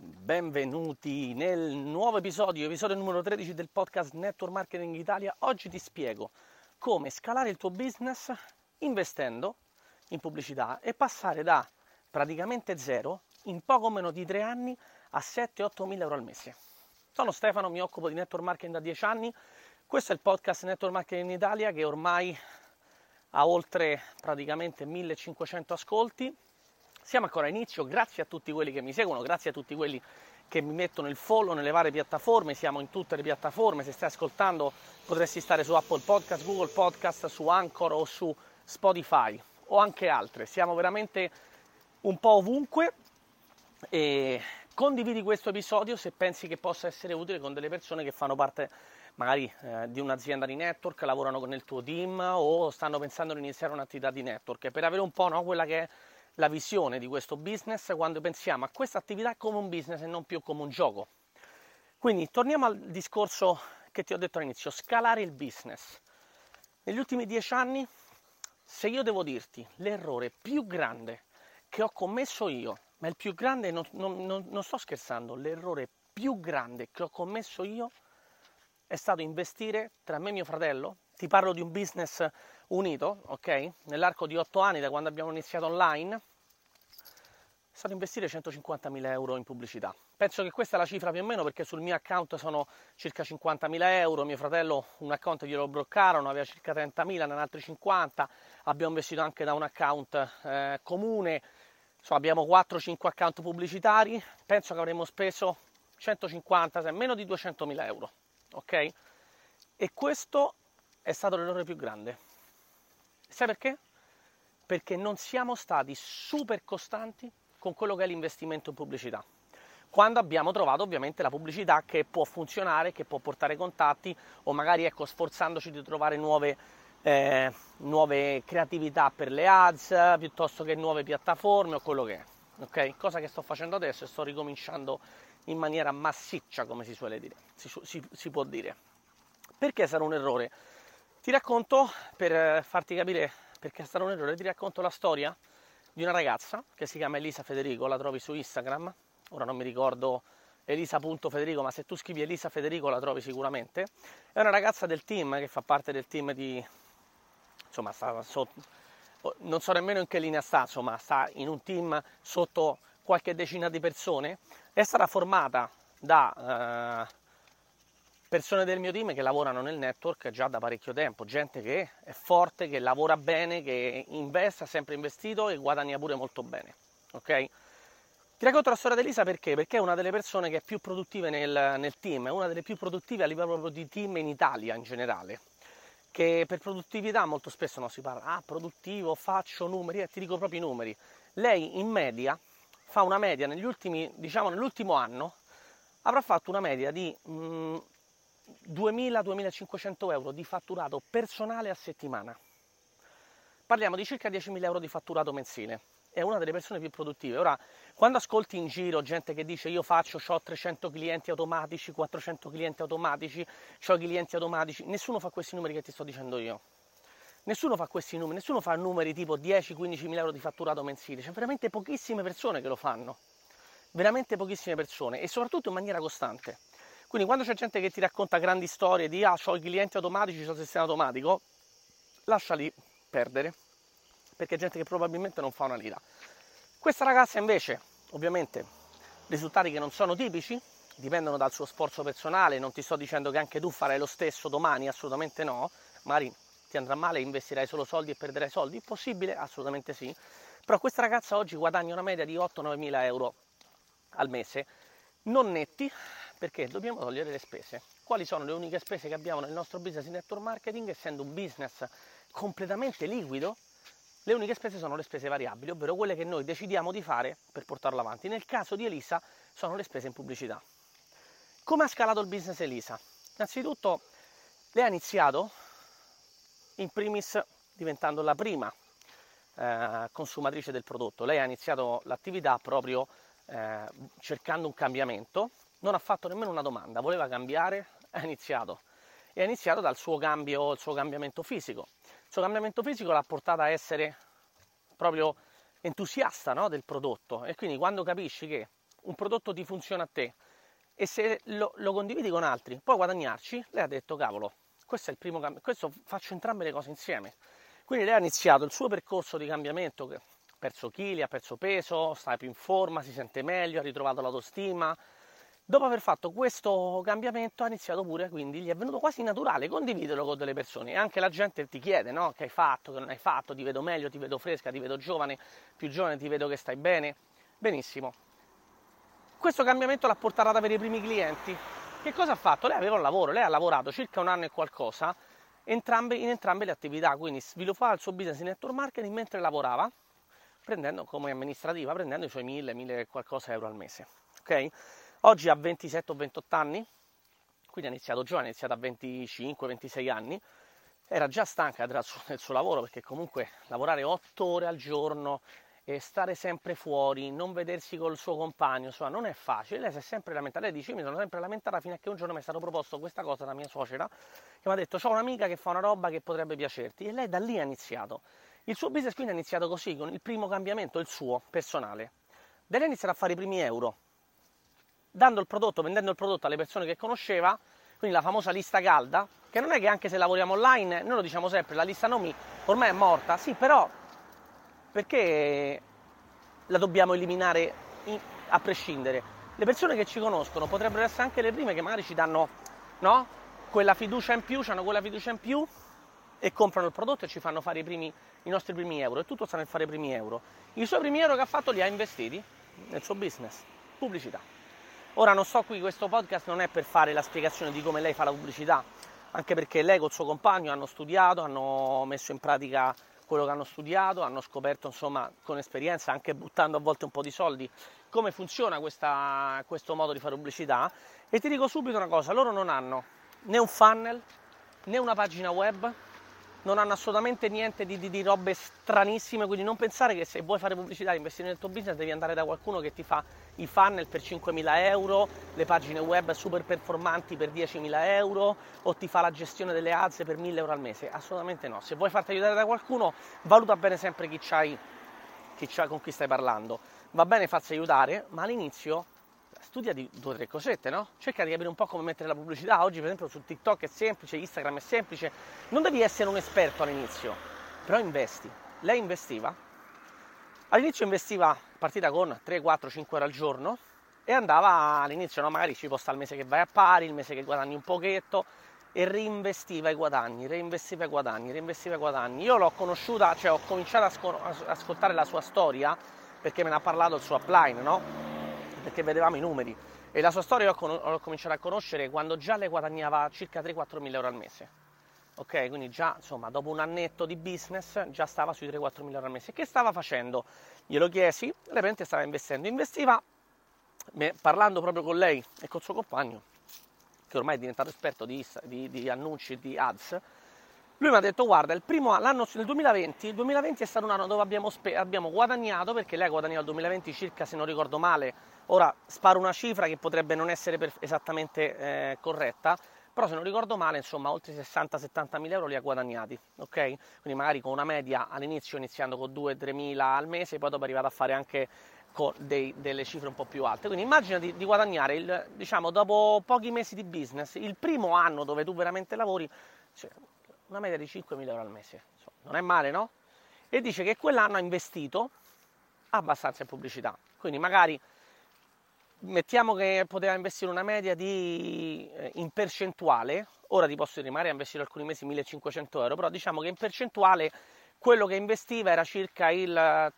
Benvenuti nel nuovo episodio numero 13 del podcast Network Marketing Italia. Oggi ti spiego come scalare il tuo business investendo in pubblicità e passare da praticamente zero in poco meno di 3 anni a 7-8 mila euro al mese. Sono Stefano, mi occupo di network marketing da 10 anni. Questo è il podcast Network Marketing Italia che ormai ha oltre praticamente 1500 ascolti. Siamo ancora all'inizio, grazie a tutti quelli che mi seguono, grazie a tutti quelli che mi mettono il follow nelle varie piattaforme. Siamo in tutte le piattaforme, se stai ascoltando potresti stare su Apple Podcast, Google Podcast, su Anchor o su Spotify o anche altre. Siamo veramente un po' ovunque e condividi questo episodio se pensi che possa essere utile con delle persone che fanno parte magari di un'azienda di network, lavorano nel tuo team o stanno pensando di iniziare un'attività di network, per avere un po' quella che è la visione di questo business quando pensiamo a questa attività come un business e non più come un gioco. Quindi torniamo al discorso che ti ho detto all'inizio, scalare il business. Negli ultimi 10 anni, se io devo dirti l'errore più grande che ho commesso io, ma il più grande, non sto scherzando, l'errore più grande che ho commesso io è stato investire tra me e mio fratello. Ti parlo di un business unito, ok? Nell'arco di 8 anni, da quando abbiamo iniziato online, è stato investire 150.000 euro in pubblicità. Penso che questa è la cifra più o meno, perché sul mio account sono circa 50.000 euro, mio fratello un account glielo bloccarono, aveva circa 30.000, ne altri 50, abbiamo investito anche da un account comune, insomma abbiamo 4-5 account pubblicitari, penso che avremmo speso 150, meno di 200.000 euro, ok? E questo è stato l'errore più grande. Sai perché? Perché non siamo stati super costanti con quello che è l'investimento in pubblicità. Quando abbiamo trovato ovviamente la pubblicità che può funzionare, che può portare contatti, o magari sforzandoci di trovare nuove creatività per le ads, piuttosto che nuove piattaforme o quello che è. Ok? Cosa che sto facendo adesso e sto ricominciando in maniera massiccia, come si suole dire, si può dire. Perché sarà un errore? Ti racconto, per farti capire perché sarà un errore, ti racconto la storia di una ragazza che si chiama Elisa Federico, la trovi su Instagram, ora non mi ricordo elisa.federico, ma se tu scrivi Elisa Federico la trovi sicuramente. È una ragazza del team, che fa parte del team di, insomma, non so nemmeno in che linea sta, insomma, sta in un team sotto qualche decina di persone. È stata formata da persone del mio team che lavorano nel network già da parecchio tempo, gente che è forte, che lavora bene, che investe, ha sempre investito e guadagna pure molto bene, ok? Ti racconto la storia di Elisa perché? Perché è una delle persone che è più produttive nel team, è una delle più produttive a livello proprio di team in Italia in generale, che per produttività molto spesso non si parla, produttivo, faccio numeri, ti dico proprio i numeri. Lei in media fa una media nell'ultimo anno, avrà fatto una media di 2.000-2.500 euro di fatturato personale a settimana. Parliamo di circa 10.000 euro di fatturato mensile. È una delle persone più produttive. Ora, quando ascolti in giro gente che dice io ho 300 clienti automatici, 400 clienti automatici, ho clienti automatici, nessuno fa questi numeri che ti sto dicendo io. Nessuno fa questi numeri, nessuno fa numeri tipo 10-15.000 euro di fatturato mensile. C'è veramente pochissime persone che lo fanno. Veramente pochissime persone e soprattutto in maniera costante. Quindi quando c'è gente che ti racconta grandi storie di ho i clienti automatici, ho il sistema automatico, lasciali perdere, perché è gente che probabilmente non fa una lira. Questa ragazza invece, ovviamente, risultati che non sono tipici, dipendono dal suo sforzo personale, non ti sto dicendo che anche tu farai lo stesso domani, assolutamente no, magari ti andrà male, investirai solo soldi e perderai soldi, possibile? Assolutamente sì, però questa ragazza oggi guadagna una media di 8-9 mila euro al mese, non netti, perché dobbiamo togliere le spese. Quali sono le uniche spese che abbiamo nel nostro business in network marketing? Essendo un business completamente liquido, le uniche spese sono le spese variabili, ovvero quelle che noi decidiamo di fare per portarlo avanti. Nel caso di Elisa sono le spese in pubblicità. Come ha scalato il business Elisa? Innanzitutto lei ha iniziato in primis diventando la prima consumatrice del prodotto. Lei ha iniziato l'attività proprio cercando un cambiamento, non ha fatto nemmeno una domanda, voleva cambiare, ha iniziato dal suo cambiamento fisico. Il suo cambiamento fisico l'ha portata a essere proprio entusiasta, no, del prodotto, e quindi quando capisci che un prodotto ti funziona a te e se lo condividi con altri puoi guadagnarci, lei ha detto cavolo, questo è il primo questo faccio entrambe le cose insieme. Quindi lei ha iniziato il suo percorso di cambiamento, ha perso chili, ha perso peso, sta più in forma, si sente meglio, ha ritrovato l'autostima. Dopo aver fatto questo cambiamento ha iniziato pure, quindi gli è venuto quasi naturale condividerlo con delle persone e anche la gente ti chiede, no? Che hai fatto, che non hai fatto, ti vedo meglio, ti vedo fresca, ti vedo giovane, più giovane, ti vedo che stai bene. Benissimo. Questo cambiamento l'ha portata ad avere i primi clienti. Che cosa ha fatto? Lei aveva un lavoro, lei ha lavorato circa un anno e qualcosa in entrambe le attività, quindi sviluppava il suo business in network marketing mentre lavorava, prendendo come amministrativa, prendendo i suoi 1000 e qualcosa euro al mese. Ok? Oggi ha 27 o 28 anni, quindi ha iniziato giovane, ha iniziato a 25-26 anni, era già stanca del suo lavoro perché comunque lavorare 8 ore al giorno e stare sempre fuori, non vedersi col suo compagno, insomma non è facile. Lei si è sempre lamentata, lei dice mi sono sempre lamentata fino a che un giorno mi è stato proposto questa cosa da mia suocera che mi ha detto c'ho un'amica che fa una roba che potrebbe piacerti e lei da lì ha iniziato. Il suo business quindi è iniziato così, con il primo cambiamento, il suo, personale. Da lì ha iniziato a fare i primi euro, dando il prodotto, vendendo il prodotto alle persone che conosceva, quindi la famosa lista calda, che non è che anche se lavoriamo online, noi lo diciamo sempre, la lista nomi ormai è morta, sì, però perché la dobbiamo eliminare a prescindere? Le persone che ci conoscono potrebbero essere anche le prime che magari ci danno, no? Quella fiducia in più, hanno quella fiducia in più e comprano il prodotto e ci fanno fare i nostri primi euro, e tutto sta nel fare i primi euro. I suoi primi euro che ha fatto li ha investiti nel suo business, pubblicità. Ora non sto qui, questo podcast non è per fare la spiegazione di come lei fa la pubblicità, anche perché lei col suo compagno hanno studiato, hanno messo in pratica quello che hanno studiato, hanno scoperto insomma con esperienza, anche buttando a volte un po' di soldi, come funziona questo modo di fare pubblicità. E ti dico subito una cosa, loro non hanno né un funnel, né una pagina web, non hanno assolutamente niente di robe stranissime, quindi non pensare che se vuoi fare pubblicità e investire nel tuo business devi andare da qualcuno che ti fa i funnel per 5.000 euro, le pagine web super performanti per 10.000 euro o ti fa la gestione delle ads per 1.000 euro al mese. Assolutamente no. Se vuoi farti aiutare da qualcuno, valuta bene sempre con chi stai parlando. Va bene farsi aiutare, ma all'inizio studia di 2 o 3 cosette, no? Cerca di capire un po' come mettere la pubblicità. Oggi per esempio su TikTok è semplice, Instagram è semplice, non devi essere un esperto all'inizio, però investi. Lei all'inizio investiva partita con 3, 4, 5 ore al giorno e andava all'inizio, no? Magari ci posta il mese che vai a pari, il mese che guadagni un pochetto e reinvestiva i guadagni. Io l'ho conosciuta, cioè ho cominciato ad ascoltare la sua storia perché me ne ha parlato il suo upline, no? Perché vedevamo i numeri e la sua storia l'ho cominciato a conoscere quando già lei guadagnava circa 3-4 mila euro al mese, ok? Quindi già insomma dopo un annetto di business già stava sui 3-4 mila euro al mese. Che stava facendo? Glielo chiesi, lei stava investiva parlando proprio con lei e col suo compagno che ormai è diventato esperto di annunci e di ads. Lui mi ha detto guarda, l'anno nel 2020, il 2020 è stato un anno dove abbiamo guadagnato, perché lei ha guadagnato nel 2020 circa, se non ricordo male, ora sparo una cifra che potrebbe non essere esattamente corretta, però se non ricordo male, insomma, oltre 60-70 mila euro li ha guadagnati, ok? Quindi magari con una media all'inizio, iniziando con 2-3 mila al mese, poi dopo è arrivato a fare anche con delle cifre un po' più alte. Quindi immagina di guadagnare, diciamo, dopo pochi mesi di business, il primo anno dove tu veramente lavori, cioè, una media di 5.000 euro al mese, insomma, non è male, no? E dice che quell'anno ha investito abbastanza in pubblicità, quindi magari mettiamo che poteva investire una media in percentuale, ora ti posso dire magari ha investito alcuni mesi 1.500 euro, però diciamo che in percentuale quello che investiva era circa il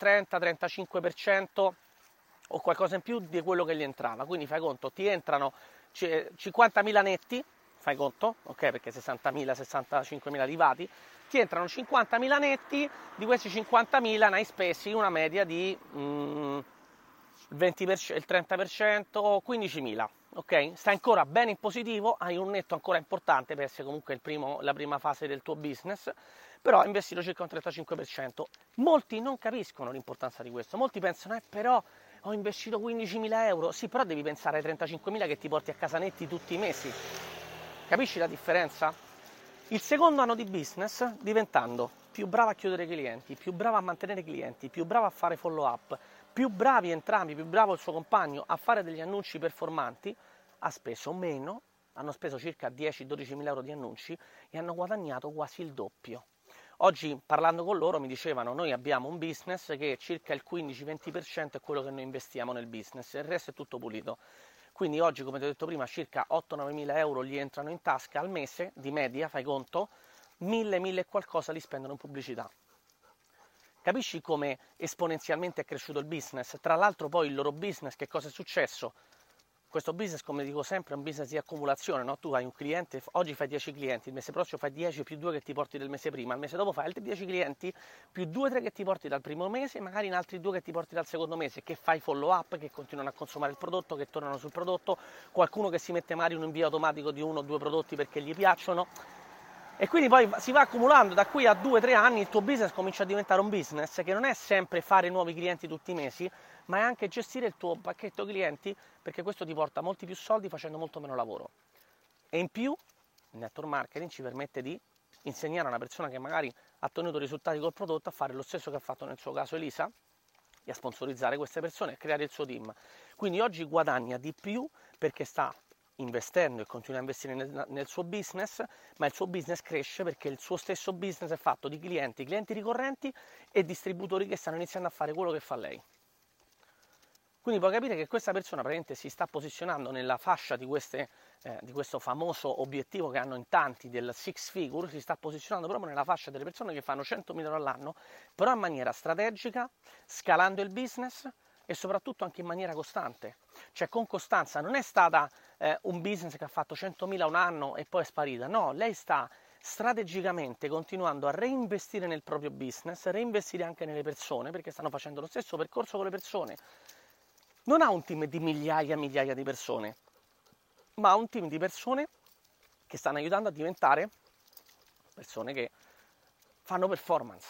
30-35% o qualcosa in più di quello che gli entrava, quindi fai conto, ti entrano 50.000 netti, fai conto, ok, perché 60.000, 65.000 arrivati, ti entrano 50.000 netti, di questi 50.000 ne hai spesi una media di il 20%, il 30%, 15.000, ok? Stai ancora bene in positivo, hai un netto ancora importante per essere comunque la prima fase del tuo business, però hai investito circa un 35%. Molti non capiscono l'importanza di questo, molti pensano, però ho investito 15.000 euro, sì, però devi pensare ai 35.000 che ti porti a casa netti tutti i mesi. Capisci la differenza? Il secondo anno di business, diventando più bravo a chiudere clienti, più bravo a mantenere clienti, più bravo a fare follow up, più bravi entrambi, più bravo il suo compagno a fare degli annunci performanti, ha speso meno, hanno speso circa 10-12 mila euro di annunci e hanno guadagnato quasi il doppio. Oggi parlando con loro mi dicevano: noi abbiamo un business che circa il 15-20% è quello che noi investiamo nel business, il resto è tutto pulito. Quindi oggi, come ti ho detto prima, circa 8-9 mila euro gli entrano in tasca al mese, di media, fai conto, 1000 e qualcosa li spendono in pubblicità. Capisci come esponenzialmente è cresciuto il business? Tra l'altro poi il loro business, che cosa è successo? Questo business, come dico sempre, è un business di accumulazione, no? Tu hai un cliente, oggi fai 10 clienti, il mese prossimo fai 10 più 2 che ti porti del mese prima, il mese dopo fai altri 10 clienti più 2-3 che ti porti dal primo mese, magari in altri 2 che ti porti dal secondo mese, che fai follow up, che continuano a consumare il prodotto, che tornano sul prodotto, qualcuno che si mette magari in un invio automatico di 1 o 2 prodotti perché gli piacciono. E quindi poi si va accumulando, da qui a 2-3 anni il tuo business comincia a diventare un business che non è sempre fare nuovi clienti tutti i mesi, ma è anche gestire il tuo pacchetto clienti, perché questo ti porta molti più soldi facendo molto meno lavoro. E in più il network marketing ci permette di insegnare a una persona che magari ha ottenuto risultati col prodotto a fare lo stesso che ha fatto nel suo caso Elisa, e a sponsorizzare queste persone e creare il suo team. Quindi oggi guadagna di più perché sta investendo e continua a investire nel suo business, ma il suo business cresce perché il suo stesso business è fatto di clienti ricorrenti e distributori che stanno iniziando a fare quello che fa lei. Quindi puoi capire che questa persona praticamente si sta posizionando nella fascia di questo famoso obiettivo che hanno in tanti del six figure, si sta posizionando proprio nella fascia delle persone che fanno 100.000 euro all'anno, però in maniera strategica, scalando il business e soprattutto anche in maniera costante, cioè con costanza. Non è stata un business che ha fatto 100.000 un anno e poi è sparita, no, lei sta strategicamente continuando a reinvestire nel proprio business, reinvestire anche nelle persone, perché stanno facendo lo stesso percorso con le persone. Non ha un team di migliaia e migliaia di persone, ma ha un team di persone che stanno aiutando a diventare persone che fanno performance.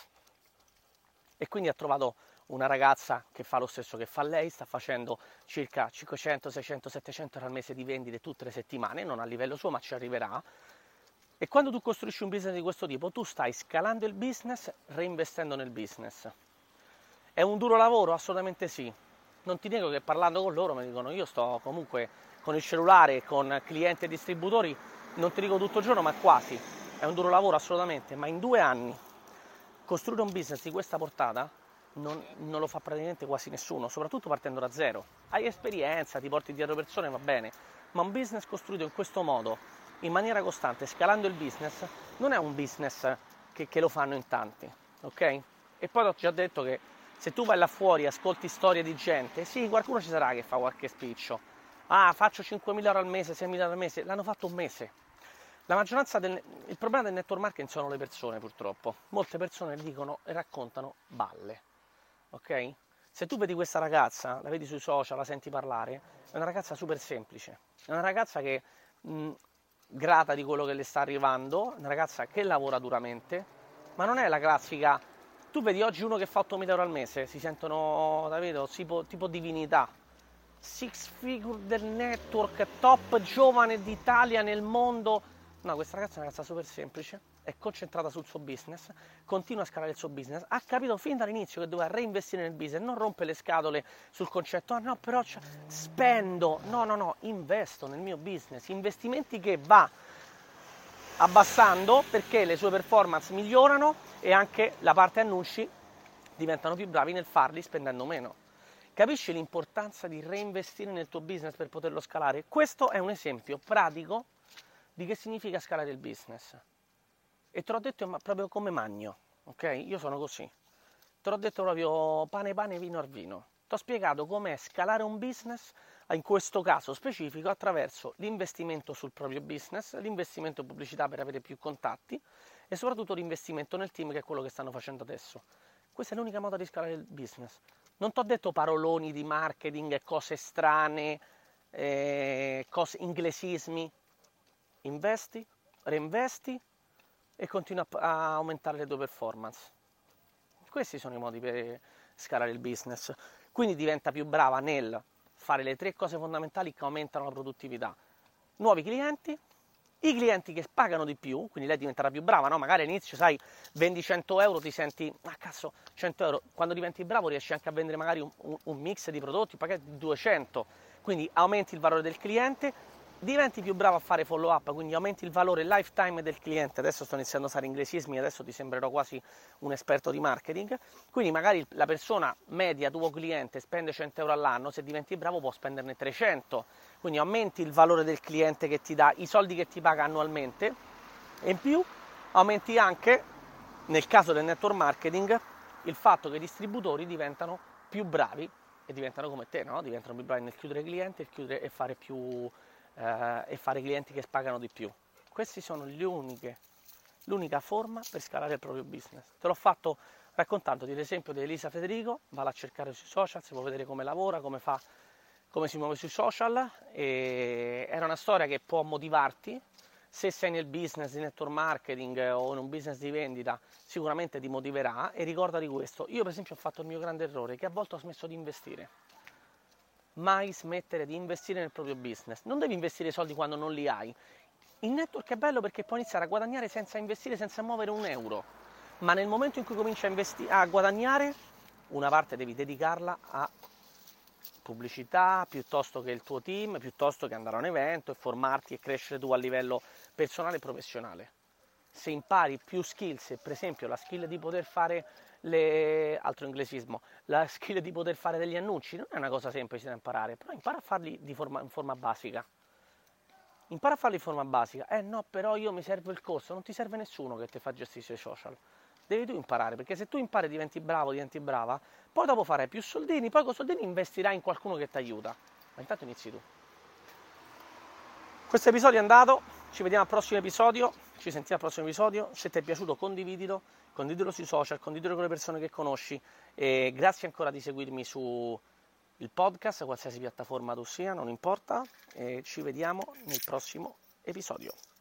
E quindi ha trovato una ragazza che fa lo stesso che fa lei, sta facendo circa 500, 600, 700 euro al mese di vendite tutte le settimane, non a livello suo ma ci arriverà. E quando tu costruisci un business di questo tipo, tu stai scalando il business, reinvestendo nel business. È un duro lavoro? Assolutamente sì. Non ti nego che parlando con loro mi dicono: io sto comunque con il cellulare, con clienti e distributori, non ti dico tutto il giorno, ma quasi. È un duro lavoro assolutamente, ma in 2 anni costruire un business di questa portata non lo fa praticamente quasi nessuno, soprattutto partendo da zero. Hai esperienza, ti porti dietro persone, va bene, ma un business costruito in questo modo, in maniera costante, scalando il business, non è un business che lo fanno in tanti, ok? E poi ho già detto che se tu vai là fuori e ascolti storie di gente, sì, qualcuno ci sarà che fa qualche spiccio. Ah, faccio 5.000 euro al mese, 6.000 euro al mese, l'hanno fatto un mese. La maggioranza il problema del network marketing sono le persone, purtroppo. Molte persone dicono e raccontano balle, ok? Se tu vedi questa ragazza, la vedi sui social, la senti parlare, è una ragazza super semplice. È una ragazza che grata di quello che le sta arrivando, una ragazza che lavora duramente, ma non è la classica. Tu vedi oggi uno che fa 8.000 euro al mese, si sentono, capito, tipo divinità. Six figure del network, top giovane d'Italia nel mondo. No, questa ragazza è una ragazza super semplice, è concentrata sul suo business, continua a scalare il suo business, ha capito fin dall'inizio che doveva reinvestire nel business, non rompe le scatole sul concetto: ah no, però spendo, no, investo nel mio business, investimenti che va abbassando perché le sue performance migliorano e anche la parte annunci diventano più bravi nel farli spendendo meno. Capisci l'importanza di reinvestire nel tuo business per poterlo scalare? Questo è un esempio pratico di che significa scalare il business. E te l'ho detto proprio come magno, ok? Io sono così. Te l'ho detto proprio pane, vino al vino. Ti ho spiegato com'è scalare un business, in questo caso specifico, attraverso l'investimento sul proprio business, l'investimento in pubblicità per avere più contatti e soprattutto l'investimento nel team, che è quello che stanno facendo adesso. Questa è l'unica modo di scalare il business. Non ti ho detto paroloni di marketing, cose strane, cose, inglesismi. Investi, reinvesti e continua a aumentare le tue performance. Questi sono i modi per scalare il business. Quindi diventa più brava nel fare le 3 cose fondamentali che aumentano la produttività: nuovi clienti, i clienti che pagano di più, quindi lei diventerà più brava, no? Magari all'inizio, sai, vendi 100 euro, ti senti, cazzo, 100 euro, quando diventi bravo riesci anche a vendere magari un mix di prodotti, pagati di 200, quindi aumenti il valore del cliente, diventi più bravo a fare follow up, quindi aumenti il valore lifetime del cliente. Adesso sto iniziando a usare inglesismi, adesso ti sembrerò quasi un esperto di marketing. Quindi magari la persona media, tuo cliente, spende 100 euro all'anno, se diventi bravo può spenderne 300, quindi aumenti il valore del cliente che ti dà, i soldi che ti paga annualmente, e in più aumenti anche, nel caso del network marketing, il fatto che i distributori diventano più bravi e diventano come te, no? Diventano più bravi nel chiudere clienti e fare clienti che pagano di più. Queste sono l'unica forma per scalare il proprio business. Te l'ho fatto raccontandoti l'esempio di Elisa Federico, valla a cercare sui social, si può vedere come lavora, come si muove sui social, e era una storia che può motivarti. Se sei nel business di network marketing o in un business di vendita, sicuramente ti motiverà, e ricordati questo. Io per esempio ho fatto il mio grande errore, che a volte ho smesso di investire. Mai smettere di investire nel proprio business. Non devi investire soldi quando non li hai. Il network è bello perché puoi iniziare a guadagnare senza investire, senza muovere un euro. Ma nel momento in cui cominci a guadagnare, una parte devi dedicarla a pubblicità, piuttosto che il tuo team, piuttosto che andare a un evento e formarti e crescere tu a livello personale e professionale. Se impari più skills, per esempio la skill di poter fare altro inglesismo, la skill di poter fare degli annunci, non è una cosa semplice da imparare, però impara a farli in forma basica. Impara a farli in forma basica. No, però io mi serve il corso. Non ti serve nessuno che ti fa gestire i social. Devi tu imparare, perché se tu impari, diventi bravo, diventi brava, poi dopo farai più soldini, poi con soldini investirai in qualcuno che ti aiuta. Ma intanto inizi tu. Questo episodio è andato, ci vediamo al prossimo episodio, ci sentiamo al prossimo episodio. Se ti è piaciuto condividilo sui social, condividilo con le persone che conosci, e grazie ancora di seguirmi su il podcast, qualsiasi piattaforma tu sia, non importa, e ci vediamo nel prossimo episodio.